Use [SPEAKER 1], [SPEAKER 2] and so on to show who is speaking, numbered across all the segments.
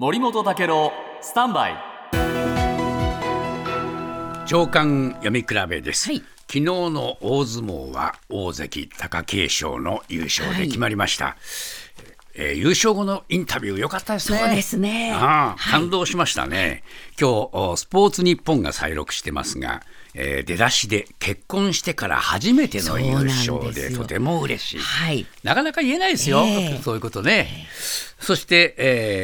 [SPEAKER 1] 森本武郎スタンバイ
[SPEAKER 2] 長官読み比べです、
[SPEAKER 3] はい、
[SPEAKER 2] 昨日の大相撲は大関貴景勝の優勝で決まりました、優勝後のインタビュー良かったですね。
[SPEAKER 3] そうですね、
[SPEAKER 2] 感動しましたね、今日スポーツニッポンが再録してますが、出だしで結婚してから初めての優勝でとても嬉しい、なかなか言えないですよ、そういうことね、そして、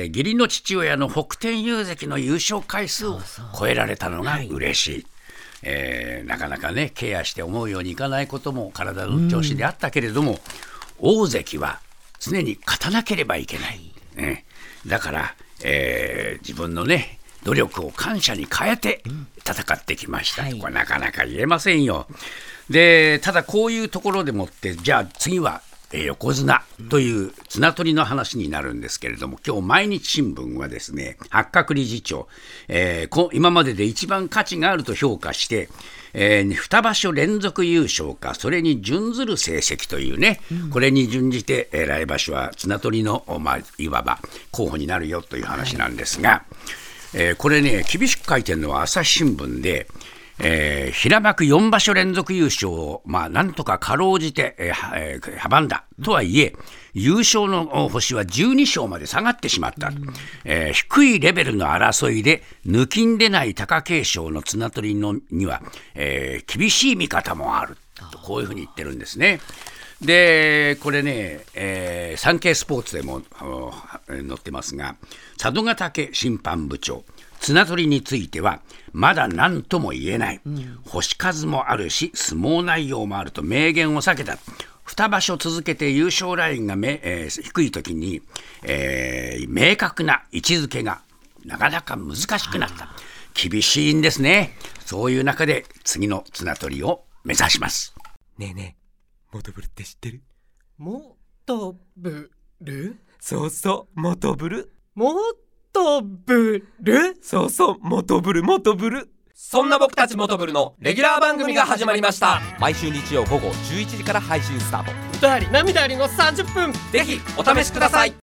[SPEAKER 2] 義理の父親の北天佑関の優勝回数を超えられたのが嬉しい、なかなかねケアして思うようにいかないことも体の調子であったけれども、大関は常に勝たなければいけない、だから、自分のね努力を感謝に変えて戦ってきました、これなかなか言えませんよ。でただこういうところでもってじゃあ次は横綱という綱取りの話になるんですけれども、今日毎日新聞はですね、八角理事長、今までで一番価値があると評価して、2場所連続優勝かそれに準ずる成績というね、これに準じて、来場所は綱取りの、いわば候補になるよという話なんですが、これね厳しく書いてるのは朝日新聞で、平幕4場所連続優勝を、なんとかかろうじて、阻んだとはいえ優勝の星は12勝まで下がってしまった、低いレベルの争いで抜きんでない貴景勝の綱取りには、厳しい見方もあるとこういうふうに言ってるんですね。でこれね、サンケイスポーツでも載ってますが、佐渡ヶ嶽審判部長、綱取りについてはまだ何とも言えない、星数もあるし相撲内容もあると明言を避けた。2場所続けて優勝ラインが低い時に、明確な位置づけがなかなか難しくなった。厳しいんですね。そういう中で次の綱取りを目指します。
[SPEAKER 4] ねえねえ、モトブルって知ってる？
[SPEAKER 5] モトブル？
[SPEAKER 4] そうそう、モトブル。
[SPEAKER 5] モトブル？
[SPEAKER 4] そうそう、モトブルモトブル。そんな僕たちモトブルのレギュラー番組が始まりました。毎週日曜午後11時から配信スタート。
[SPEAKER 5] 歌あり涙ありの30分、
[SPEAKER 4] ぜひお試しください。